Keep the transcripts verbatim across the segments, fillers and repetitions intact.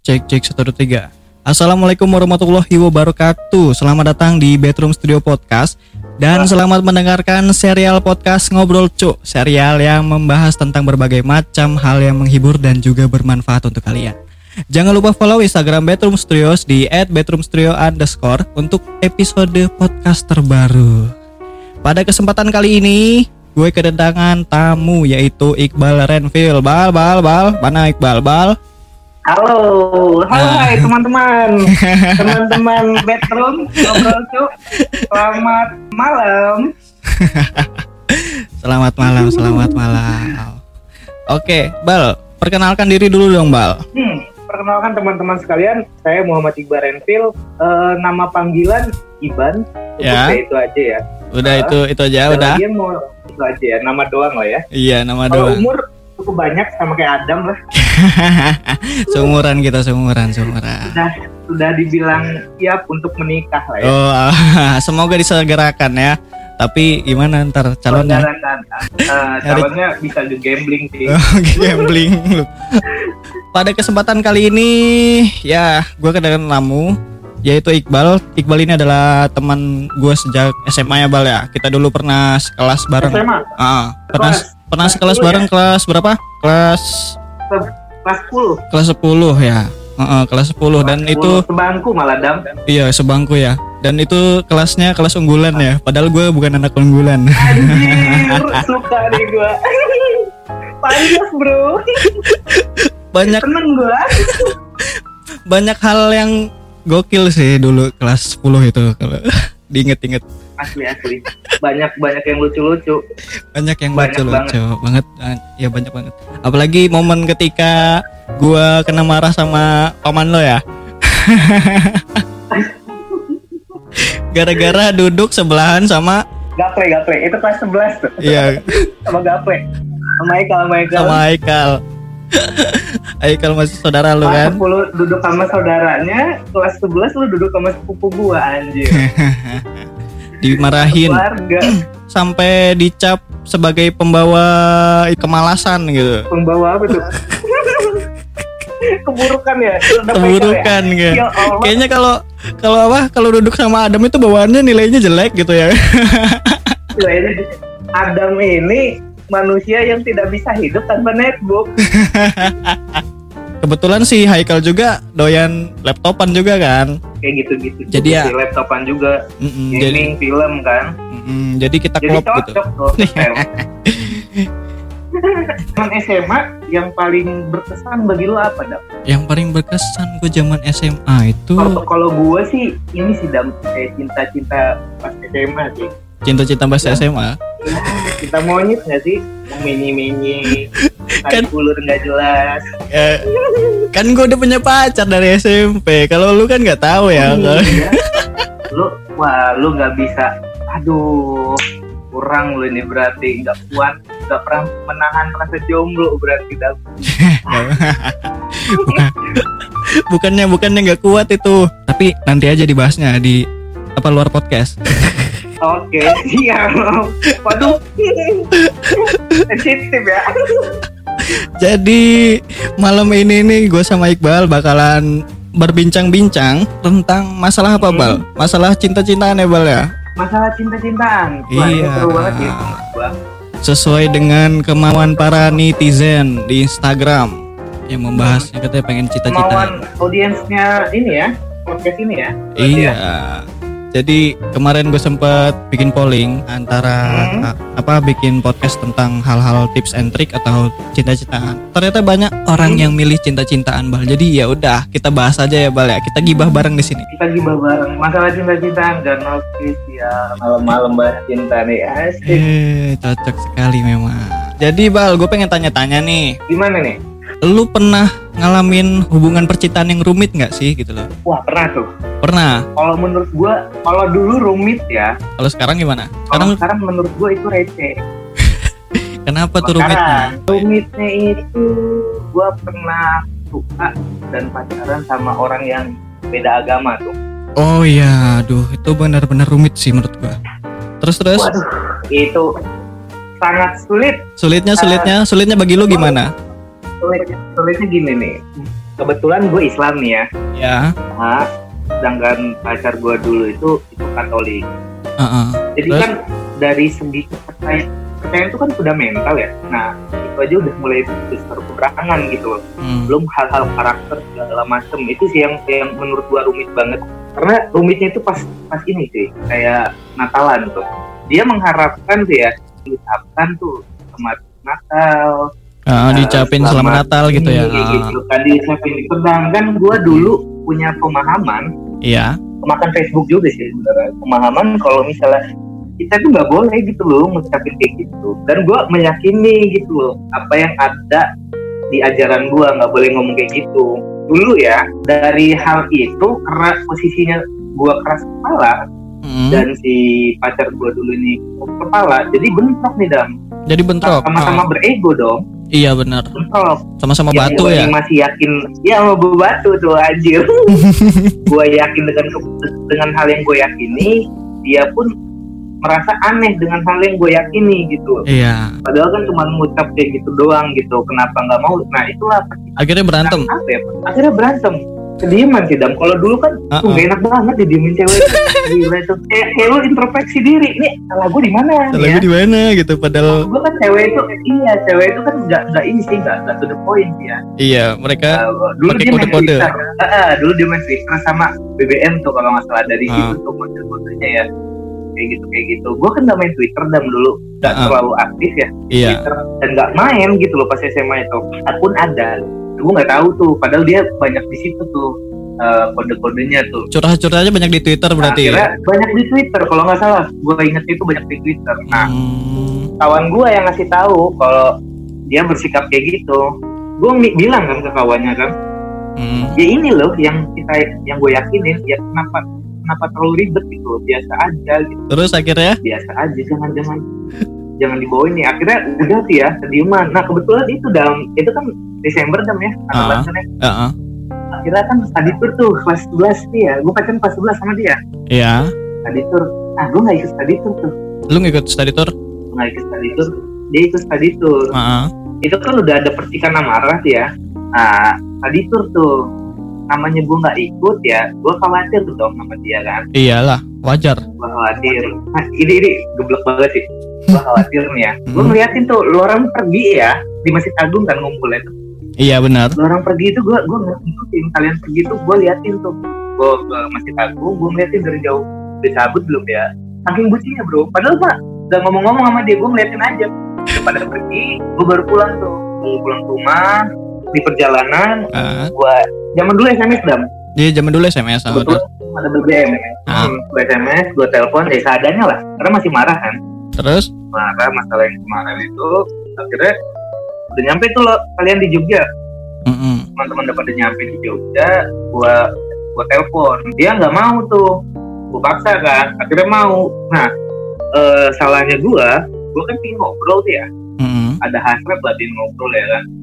Cek cek satu dua tiga. Assalamualaikum warahmatullahi wabarakatuh. Selamat datang di Bedroom Studio Podcast dan selamat mendengarkan serial podcast Ngobrol Cuk. Serial yang membahas tentang berbagai macam hal yang menghibur dan juga bermanfaat untuk kalian. Jangan lupa follow Instagram Bedroom Studios di et bedroomstudio underscore untuk episode podcast terbaru. Pada kesempatan kali ini gue kedatangan tamu yaitu Iqbal Renville. Bal, bal, bal. Mana Iqbal, bal? Halo, halo hai teman-teman, teman-teman Bedroom Ngobrol Cuk. Selamat malam. Selamat malam, selamat malam. Oke, Bal, perkenalkan diri dulu dong, Bal. Hmm, perkenalkan teman-teman sekalian, saya Muhammad Iqbal Renville. Uh, nama panggilan Iban. Ya. Itu aja ya. Udah uh, itu itu aja udah. Dia mau itu aja ya, nama doang lah ya. Iya, nama Kalau doang. umur cukup banyak sama kayak Adam lah. Seumuran kita, seumuran, seumuran. Sudah sudah dibilang siap untuk menikah lah ya. Oh, semoga disegerakan ya. Tapi gimana ntar calonnya? Uh, calonnya bisa juga gambling sih. Oh, gambling lu. Pada kesempatan kali ini ya gue kedatangan tamu yaitu Iqbal. Iqbal ini adalah teman gue sejak S M A ya, Bal ya. Kita dulu pernah sekelas bareng. S M A? Ah, pernah kelas, pernah kelas sekelas bareng ya? Kelas berapa? Kelas kelas sepuluh. Kelas sepuluh ya. Heeh, uh, kelas sepuluh dan sepuluh. Itu sebangku malah Dam. Iya, sebangku ya. Dan itu kelasnya kelas unggulan ya. Padahal gue bukan anak unggulan. Anjir, suka deh gue. Panjas, Bro. Banyak seneng gue. Banyak hal yang gokil sih dulu kelas sepuluh itu kalau diinget-inget. Asli asli. Banyak banyak yang lucu-lucu. Banyak yang banyak lucu-lucu banget. banget. Ya banyak banget. Apalagi momen ketika gua kena marah sama paman lo ya. Gara-gara duduk sebelahan sama Gapre, Gapre. Itu kelas sebelas tuh. Iya. Sama Gapre. Sama Haikal, sama Haikal. Sama Haikal. Haikal masih saudara lu kan? Kelas sepuluh duduk sama saudaranya, kelas sebelas lu duduk sama sepupu gua anjir. Dimarahin. Keluarga. Sampai dicap sebagai pembawa kemalasan gitu. Pembawa apa tuh? Keburukan ya? Keburukan ya? Ya kayaknya kalau kalau apa? Kalau duduk sama Adam itu bawaannya nilainya jelek gitu ya. Nilainya Adam ini manusia yang tidak bisa hidup tanpa netbook. Kebetulan si Haikal juga doyan laptopan juga kan. Kayak gitu-gitu. Jadi ya laptopan juga. Mm-mm, gaming, jadi, film kan. Mm-mm, jadi kita jadi klop gitu. Zaman S M A yang paling berkesan bagi lo apa, Dam? Yang paling berkesan gue zaman S M A itu kalau gue sih ini sih Dam, kayak cinta-cinta pas S M A sih. Cinta-cinta pas ya. S M A? Ya, cinta monyet gak sih? Menyi-menyi, kan ulur gak jelas. Ya, kan gue udah punya pacar dari S M P. Kalau lu kan gak tahu ya. Oh, iya. Lu, wah lu gak bisa. Aduh, kurang lu ini berarti. Gak kuat, gak pernah menahan rasa jomblo berarti. bukannya bukannya gak kuat itu. Tapi nanti aja dibahasnya di apa luar podcast. Oke, siap. Waduh, sensitif ya. Jadi malam ini nih gue sama Iqbal bakalan berbincang-bincang tentang masalah apa, Bal? Masalah cinta-cintaan ya, Bal ya? Masalah cinta-cintaan. Wah, iya. Seru banget ya, Bang. Sesuai dengan kemauan para netizen di Instagram yang membahasnya, katanya pengen cita-cita. Kemauan audiensnya ini ya, podcast ini ya. Iya. Ya? Jadi kemarin gue sempet bikin polling antara hmm. apa bikin podcast tentang hal-hal tips and trick atau cinta-cintaan. Ternyata banyak orang hmm. yang milih cinta-cintaan, Bal. Jadi ya udah kita bahas aja ya, Bal ya. Kita gibah bareng di sini. Kita gibah bareng masalah cinta-cintaan dan oke ya malam-malam bahas cinta nih asik. Eh, cocok sekali memang. Jadi Bal, gue pengen tanya-tanya nih. Gimana nih? Lu pernah ngalamin hubungan percintaan yang rumit nggak sih gitu loh? Wah pernah tuh. Pernah. Kalau menurut gua, kalau dulu rumit ya. Kalau sekarang gimana? Kalau sekarang menurut gua itu receh. Kenapa tuh rumitnya? Rumitnya itu gua pernah suka dan pacaran sama orang yang beda agama tuh. Oh iya, aduh itu benar-benar rumit sih menurut gua. Terus terus? Waduh, itu sangat sulit. Sulitnya sulitnya uh, sulitnya bagi lu gimana? Sulitnya, sulitnya gini nih. kebetulan gue Islam nih ya. Ya. Nah, sedangkan pacar gue dulu itu itu Katolik. Uh-uh. Jadi Terus? kan dari segi kepercayaan, kepercayaan itu kan sudah mental ya. Nah itu aja udah mulai besar keberangan gitu loh. Hmm. Belum hal-hal karakter segala macem, itu sih yang yang menurut gue rumit banget. Karena rumitnya itu pas pas ini sih, kayak Natalan tuh. Dia mengharapkan sih ya, diucapkan tuh selamat Natal. Uh, dicapin selamat, selamat Natal gitu ya. Gitu kan diucapin. Sedangkan gue dulu punya pemahaman. Iya. Makan Facebook juga sih sebenarnya. Pemahaman kalau misalnya kita tuh nggak boleh gitu loh ngucapin kayak gitu. Dan gue meyakini gitu loh apa yang ada di ajaran gue, nggak boleh ngomong kayak gitu. Dulu ya dari hal itu karena posisinya gue keras kepala hmm. dan si pacar gue dulu ini kepala, jadi bentrok nih Dam. Jadi bentrok. Sama-sama oh. berego dong. Iya benar. Bentrok. Sama-sama ya, batu ya. Masih yakin ya mau batu tuh anjir. Gue yakin dengan dengan hal yang gue yakini, dia pun merasa aneh dengan hal yang gue yakini gitu. Iya. Padahal kan cuma ngucap kayak gitu doang gitu. Kenapa nggak mau? Nah itulah. Akhirnya berantem. Apa ya? Akhirnya berantem. Kedieman sih Dam. Kalau dulu kan uh-uh. tuh gak enak banget didiemin cewek. Gila itu. Kayak, kayak lu introspeksi diri. Ini salah gue di mana? Salah gue di mana gitu. Padahal gue kan cewek itu, iya cewek itu kan nggak nggak ini sih nggak nggak to the point ya. Iya mereka uh, dulu pakai dia kode-kode. Uh, uh, dulu dia main Twitter sama B B M tuh kalau nggak salah dari uh. situ tuh kode-kodenya ya. Kayak gitu kayak gitu. Gue kan nggak main Twitter Dam dulu, nggak uh-uh. terlalu aktif ya iya. Twitter dan nggak main gitu loh pas S M A itu. Akun ada, gue nggak tahu tuh. Padahal dia banyak di situ tuh uh, kode-kodenya tuh. Curhat-curhat aja banyak di Twitter berarti. Nah, ya? Banyak di Twitter kalau nggak salah. Gue inget itu banyak di Twitter. Nah, hmm. kawan gue yang ngasih tahu kalau dia bersikap kayak gitu. Gue mi- bilang kan ke kawannya kan, hmm. ya ini loh yang kita yang gue yakinin. Ya kenapa? Kenapa terlalu ribet gitu, biasa aja gitu. Terus akhirnya? Biasa aja, jangan-jangan jangan dibawain nih. Akhirnya udah sih ya, sedieman. Nah kebetulan itu dalam, itu kan Desember Dam ya, uh-huh. ya. Uh-huh. Akhirnya kan study tour tuh, kelas sebelas nih ya. Gue pacaran kelas sebelas sama dia. Iya. Study tour, ah gue gak ikut study tour tuh. Lu ngikut study tour? Gue gak ikut study tour, dia ikut study tour. Uh-huh. Itu kan udah ada percikan amarah sih ya. Nah, study tour tuh. Namanya gue nggak ikut ya, gue khawatir tuh dong sama dia kan. Iyalah, wajar. Gue khawatir. Nah, ini ini geblek banget sih. Gue khawatir nih ya. Gue ngeliatin tuh, lu orang pergi ya di Masjid Agung kan ngumpulnya tuh. Iya benar. Lu orang pergi itu gue gue ngikutin. Kalian pergi tuh gue liatin tuh. Gue ke Masjid Agung, gue ngeliatin dari jauh. Udah cabut belum ya? Saking bucinya bro. Padahal mah udah ngomong-ngomong sama dia, gue ngeliatin aja. Pada pergi, gue baru pulang tuh. Gue pulang ke rumah. Di perjalanan, uh. gue zaman dulu S M S Dam. Iya zaman dulu S M S. Betul. Ada B B M. Uh. Gue S M S, gue telepon, ya seadanya lah. Karena masih marah kan. Terus? Marah masalah yang kemarin itu. Akhirnya udah nyampe tuh lo kalian di Jogja. Mm-hmm. Teman-teman udah pada nyampe di Jogja. Gue gue telepon, dia nggak mau tuh. Gue paksa kan. Akhirnya mau. Nah, uh, salahnya gue, gue kan pengen ngobrol tuh ya. Mm-hmm. Ada hasrat lah di ngobrol ya kan.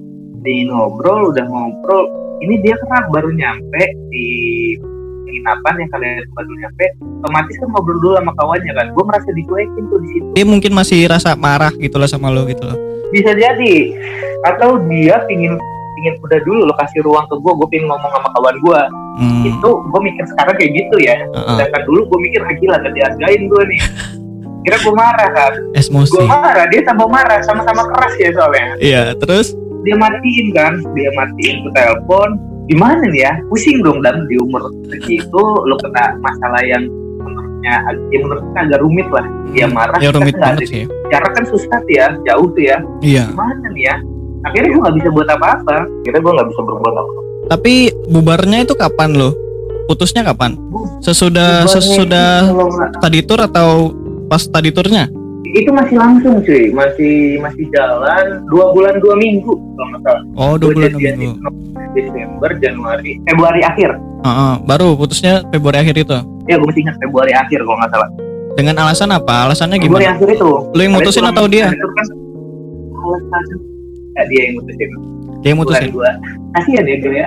Di ngobrol, udah ngobrol. Ini dia kan baru nyampe di penginapan yang kalian baru nyampe. Otomatis kan ngobrol dulu sama kawannya kan. Gue merasa dicuekin tuh di situ. Dia mungkin masih rasa marah gitu lah sama lo gitu loh. Bisa jadi. Atau dia pingin pingin udah dulu lo kasih ruang ke gue. Gue pingin ngomong sama kawan gue. Hmm. Itu gue mikir sekarang kayak gitu ya. Uh-uh. Sedangkan dulu gue mikir ah, gila gak dihargain gue nih. Kira gue marah kan. Emosi. Gue marah, dia tambah marah. Sama-sama keras ya soalnya. Iya, terus? Dia matiin kan, dia matiin ke telepon. Gimana nih ya, pusing dong Dan di umur segitu lo kena masalah yang menurutnya, ya menurutnya agak rumit lah. Dia marah, ya rumit banget sih. Jarak kan susah tuh ya, jauh tuh ya. Iya. Gimana nih ya? Akhirnya gue nggak bisa buat apa-apa. Akhirnya gue nggak bisa berbuat apa-apa. Tapi bubarnya itu kapan lo? Putusnya kapan? Sesudah bubarnya sesudah study tour atau pas study tournya? Itu masih langsung cuy, masih masih jalan dua bulan dua minggu kalau nggak salah. Oh dua bulan dua minggu. Desember, Januari, Februari akhir. Uh-uh, baru putusnya Februari akhir itu. Ya gue masih ingat Februari akhir kalau nggak salah. Dengan alasan apa? Alasannya gimana? Februari akhir itu. Lu yang mutusin atau dia? Itu kan alasan. Ya, dia yang mutusin. Dia yang mutusin. Bukan gua. Kasian ya gue ya.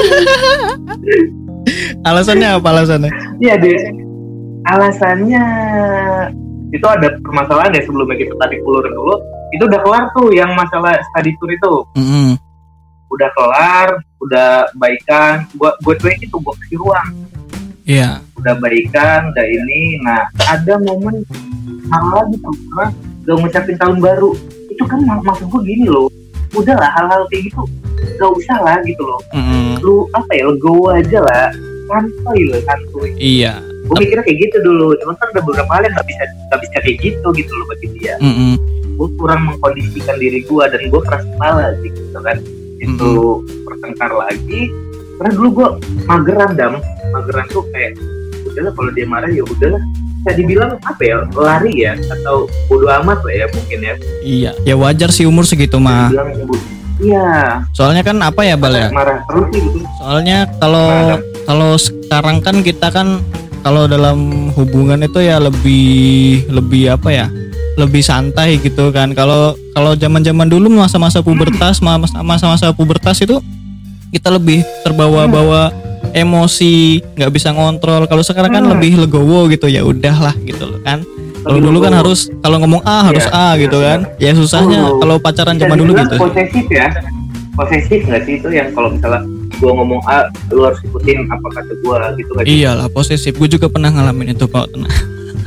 Alasannya apa alasannya? Iya deh. Alasannya itu ada permasalahan ya sebelumnya kita tadi pulurin dulu. Itu udah kelar tuh yang masalah study tour itu. Mm-hmm. Udah kelar, udah baikan, gue gue cuek itu gue kasih ruang. Iya. Udah baikan, udah ini. Nah ada momen hal gitu karena udah ngucapin tahun baru. Itu kan mak- maksud gue gini loh. Udahlah hal-hal kayak gitu gak usah lah gitu loh. Mm-mm. Lu apa ya, legowo aja lah. Santuy loh, santuy. Iya. Gue mikirnya kayak gitu dulu. Cuma kan ada beberapa hal yang gak bisa gak bisa kayak gitu gitu loh bagi dia. Mm-mm. Gue kurang mengkondisikan diri gue dan gue keras kepala sih gitu kan. Itu Mm-hmm. pertengkar lagi karena dulu gue mageran dam mageran tuh kayak udahlah kalau dia marah ya udahlah, bisa dibilang apa ya, lari ya atau bodo amat lah ya mungkin ya. Iya, ya wajar sih umur segitu mah. Dibilang iya, Soalnya kan apa ya Bal ya? marah terus sih gitu. Soalnya kalau Marah. kalau sekarang kan kita kan kalau dalam hubungan itu ya lebih lebih apa ya? Lebih santai gitu kan. Kalau kalau zaman-zaman dulu masa-masa pubertas, masa-masa pubertas itu kita lebih terbawa-bawa emosi, nggak bisa ngontrol. Kalau sekarang kan Hmm. lebih legowo gitu, ya udahlah gitu loh kan. Kalau Lebih dulu kan legowo. harus kalau ngomong A harus Iya, A gitu kan. Ya susahnya Oh, kalau pacaran bisa zaman dulu dibilang gitu. posesif ya, posesif nggak sih itu yang kalau misalnya gue ngomong A lu harus ikutin apa kata gue gitu kan. Iyalah posesif. Gue juga pernah ngalamin itu Pak. Tenang.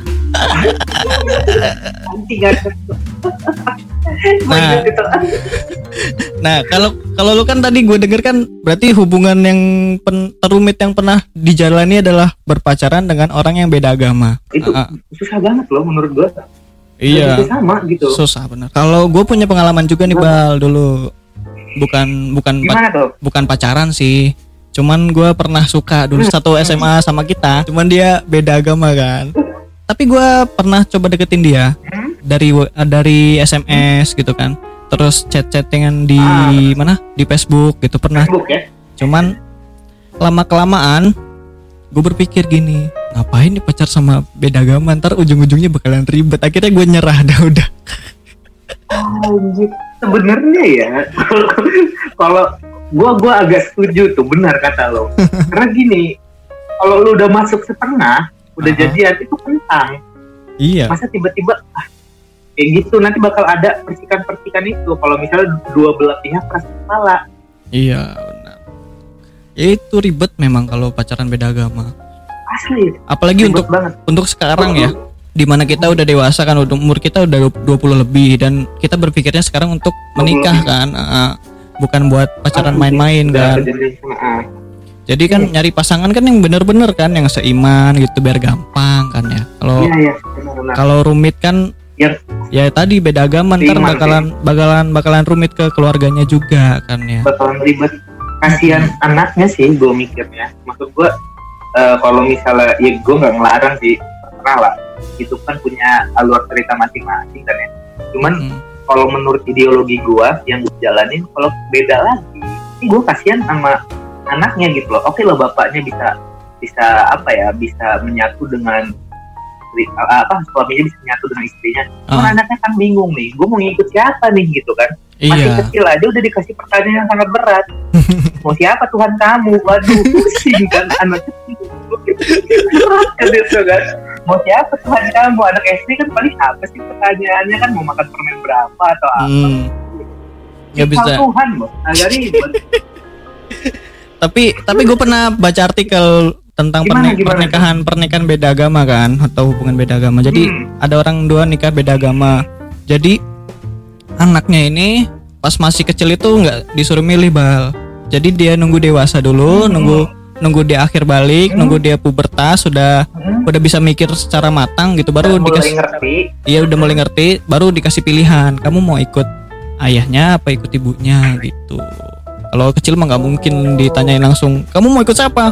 Nanti kan Nah. Nah, kalau kalau lu kan tadi gue denger kan berarti hubungan yang pen, terumit yang pernah dijalani adalah berpacaran dengan orang yang beda agama. itu Ah, ah. susah banget loh menurut gue. Iya. Itu sama gitu. Susah benar. Kalau gue punya pengalaman juga nih Bal dulu. Bukan bukan pa- Gimana tuh? bukan pacaran sih. Cuman gue pernah suka dulu satu S M A sama kita. Cuman dia beda agama kan. Tapi gue pernah coba deketin dia Hmm? dari dari S M S gitu kan. Terus chat-chattingan di Ah. mana? Di Facebook gitu pernah. Facebook ya? Cuman lama kelamaan gue berpikir gini, ngapain nih pacar sama beda agama, ntar ujung-ujungnya bakalan ribet. Akhirnya gue nyerah dah udah. Anjir. Sebenarnya ya, kalau gua gua agak setuju tuh, benar kata lo. Karena gini, kalau lu udah masuk setengah, udah Aha. jadian itu kentang. Iya. Masa tiba-tiba ah, kayak gitu nanti bakal ada percikan-percikan itu. Kalau misalnya dua belah pihak keras kepala. Iya benar. Ya itu ribet memang kalau pacaran beda agama. Asli. Apalagi Ribet untuk banget. untuk sekarang ya, dimana kita udah dewasa kan, udah umur kita udah dua puluh lebih dan kita berpikirnya sekarang untuk menikah kan, uh, bukan buat pacaran main-main Udah kan. kejadian sama A. Jadi kan nyari pasangan kan yang bener-bener kan, yang seiman gitu biar gampang kan ya. Kalau Iya iya, benar-benar. kalau rumit kan Yang ya tadi beda agama ntar Seiman, bakalan bakalan bakalan rumit ke keluarganya juga kan ya. bakalan ribet. Kasihan anaknya sih, gue mikirnya. Maksud gue, eh, kalau misalnya ya gue nggak ngelarang sih, terserah lah. Itu kan punya alur cerita masing-masing kan ya. Cuman Hmm. kalau menurut ideologi gue yang gue jalanin, kalau beda lagi, ini gue kasihan sama anaknya gitu loh. Oke loh bapaknya bisa bisa apa ya, bisa menyatu dengan apa suaminya bisa menyatu dengan istrinya. Cuman Ah. anaknya kan bingung nih, gue mau ngikut siapa nih gitu kan. Masih Iya. kecil aja udah dikasih pertanyaan yang sangat berat. Mau siapa Tuhan kamu? Waduh, pusing kan anak kecil. Berat kan itu kan. Mau siapa Tuhan kamu? Anak S D kan paling apa sih pertanyaannya kan, mau makan permen berapa atau apa? Hmm. Nggak Soal bisa. Tuhan loh, agak ribet. Tapi tapi gue pernah baca artikel tentang Gimana, perne- gimana? pernikahan pernikahan beda agama kan, atau hubungan beda agama. Jadi Hmm. ada orang dua nikah beda agama. Jadi anaknya ini pas masih kecil itu nggak disuruh milih Bal. Jadi dia nunggu dewasa dulu, Hmm. nunggu nunggu dia akhir balik, Hmm. nunggu dia pubertas, sudah Hmm. udah bisa mikir secara matang gitu, baru Udah mulai dikasih. ngerti. Iya udah mulai ngerti, baru dikasih pilihan. Kamu mau ikut ayahnya apa ikut ibunya gitu. Kalau kecil mah nggak mungkin ditanyain langsung, kamu mau ikut siapa?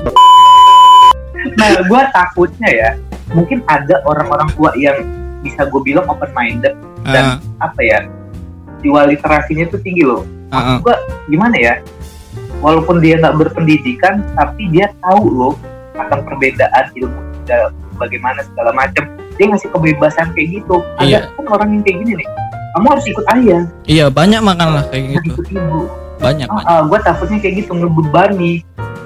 Nah, gue takutnya ya, mungkin ada orang-orang tua yang bisa gue bilang open minded dan Ah, apa ya, jiwa literasinya tuh tinggi loh. ah, ah. Gue gimana ya, walaupun dia nggak berpendidikan tapi dia tahu loh akan perbedaan ilmu dan bagaimana segala macam. Dia ngasih kebebasan kayak gitu. Ada Iya. kan orang yang kayak gini nih, kamu harus ikut ayah, Iya banyak makan lah kayak harus gitu, ikut ibu. banyak banyak. Ah, gue takutnya kayak gitu, ngebebani.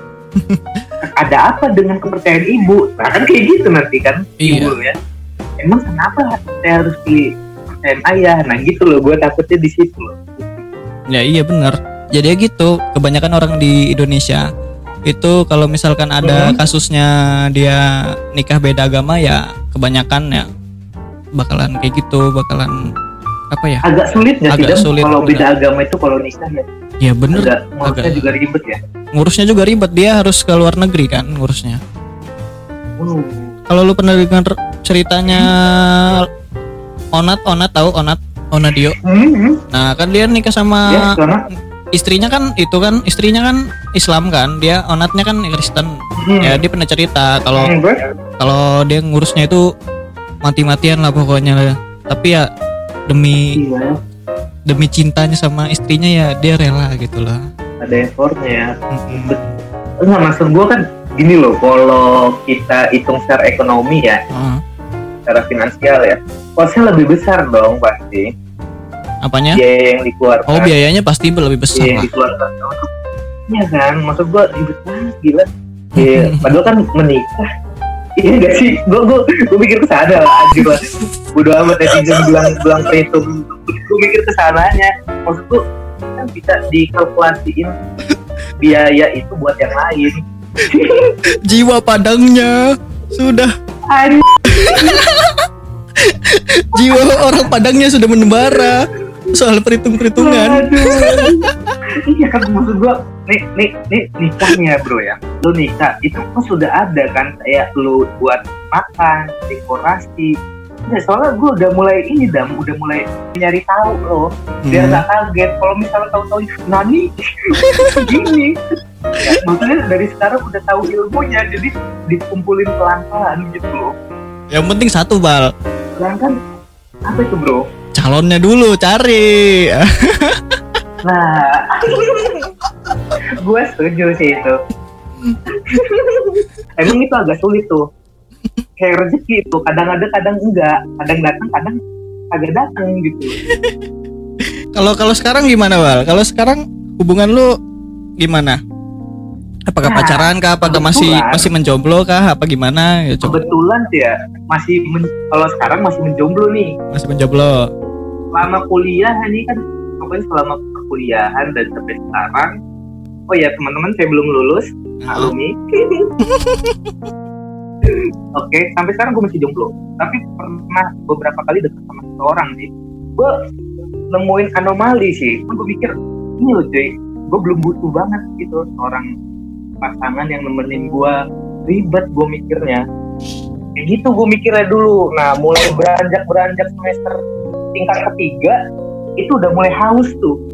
Ada apa dengan kepercayaan ibu? Nah kan kayak gitu nanti kan Iya. ibu ya. Emang kenapa saya harus pilih kepercayaan ayah? Nah gitu loh, gue takutnya di situ loh. Ya iya benar. Jadi gitu, kebanyakan orang di Indonesia itu kalau misalkan ada Hmm. kasusnya dia nikah beda agama ya kebanyakan ya bakalan kayak gitu, bakalan apa ya? Agak sulit nggak sih Agak Dam? sulit, Kalau bener. beda agama itu kalau nikah ya Ya bener, agak ngurusnya agak juga ribet ya. ngurusnya juga ribet, dia harus ke luar negeri kan ngurusnya. Hmm. Kalau lu pernah dengar ceritanya Onat, Onat tahu Onat, Onadio. Hmm. Nah kan dia nikah Ya, sama karena istrinya kan itu kan istrinya kan Islam kan, dia Onatnya kan Kristen. hmm. Ya dia pernah cerita kalau Hmm, gue- kalau dia ngurusnya itu mati-matian lah pokoknya. Tapi ya demi Iya, demi cintanya sama istrinya ya dia rela gitu loh. ada effortnya ya. Mm-mm. Enggak, maksud gue kan gini loh, kalau kita hitung secara ekonomi ya, Heeh. secara finansial ya, kosnya lebih besar dong pasti. Apanya? Biaya yang dikeluarkan. Oh biayanya pasti lebih besar Biaya yang lah. dikeluarkan. Iya kan, maksud gue ribet banget gila. Iya, padahal kan menikah. Iya gak sih? Gue gue gue mikir ke sana lah, anjir lah. Bodo amat netizen bilang bilang perhitung. Gue mikir ke sananya. Maksud gue kan bisa dikalkulasiin biaya itu buat yang lain. Jiwa Padangnya sudah Anjir. jiwa orang Padangnya sudah menembara soal perhitung-perhitungan. Aduh. Iya kan, maksud gua nih nih nih nikahnya bro ya, lu nikah itu kan sudah ada kan kayak lu buat makan, dekorasi. Ya, soalnya gua udah mulai ini dam, udah mulai nyari tahu loh, biar Hmm. nggak kaget kalau misalnya tahu-tahu nani gini. Ya, maksudnya dari sekarang udah tahu ilmunya, jadi dikumpulin pelan-pelan gitu loh. Yang penting satu bal, Sedangkan apa itu bro? calonnya dulu cari. Nah, gue setuju sih itu. Emang itu agak sulit tuh. Kayak rezeki itu, kadang ada, kadang enggak, kadang datang, kadang agak datang gitu. Kalau kalau sekarang gimana bal? Kalau sekarang hubungan lu gimana? Apakah Nah, pacaran kah? Apakah masih kebetulan. masih menjomblo kah? Apa gimana? Ya, coba. Kebetulan sih ya, masih men- kalau sekarang masih menjomblo nih. Masih menjomblo. Selama kuliah ini kan, pokoknya selama perkuliahan dan sampai sekarang. Oh ya teman-teman, saya belum lulus, alumni. Oke, sampai sekarang gue masih jomblo. Tapi pernah beberapa kali deket sama seseorang sih. Gue nemuin anomali sih. Gue mikir, ini loh cuy, gue belum butuh banget gitu seorang pasangan yang nemenin gue. Ribet gue mikirnya. Kayak gitu gue mikirnya dulu. Nah, mulai beranjak-beranjak semester tingkat ketiga, itu udah mulai haus tuh.